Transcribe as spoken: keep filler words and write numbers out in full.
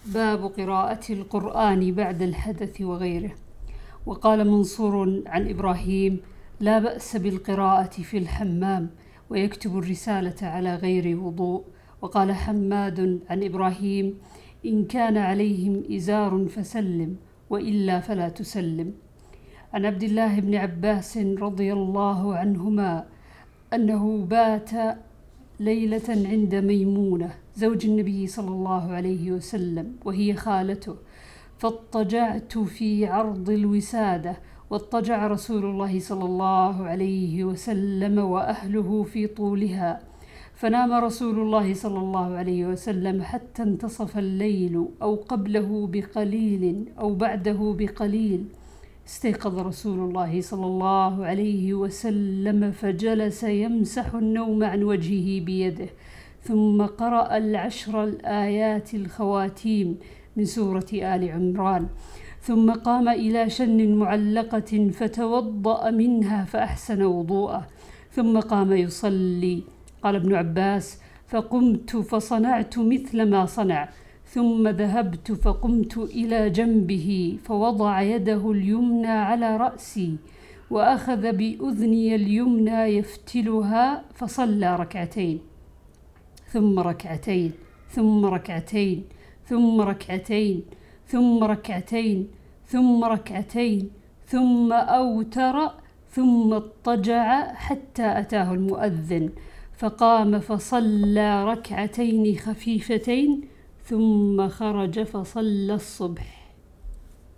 باب قراءة القرآن بعد الحدث وغيره. وقال منصور عن إبراهيم: لا بأس بالقراءة في الحمام، ويكتب الرسالة على غير وضوء. وقال حماد عن إبراهيم: إن كان عليهم إزار فسلم، وإلا فلا تسلم. عن عبد الله بن عباس رضي الله عنهما أنه بات ليلة عند ميمونة زوج النبي صلى الله عليه وسلم وهي خالته، فاضطجعت في عرض الوسادة، واضطجع رسول الله صلى الله عليه وسلم وأهله في طولها، فنام رسول الله صلى الله عليه وسلم حتى انتصف الليل أو قبله بقليل أو بعده بقليل. استيقظ رسول الله صلى الله عليه وسلم فجلس يمسح النوم عن وجهه بيده، ثم قرأ العشر الآيات الخواتيم من سورة آل عمران، ثم قام إلى شن معلقة فتوضأ منها فأحسن وضوءه، ثم قام يصلي. قال ابن عباس: فقمت فصنعت مثل ما صنع، ثم ذهبت فقمت إلى جنبه فوضع يده اليمنى على رأسي وأخذ بأذني اليمنى يفتلها، فصلى ركعتين ثم ركعتين ثم ركعتين ثم ركعتين ثم ركعتين ثم ركعتين ثم أوتر، ثم اضطجع حتى أتاه المؤذن، فقام فصلى ركعتين خفيفتين، ثم خرج فصلى الصبح.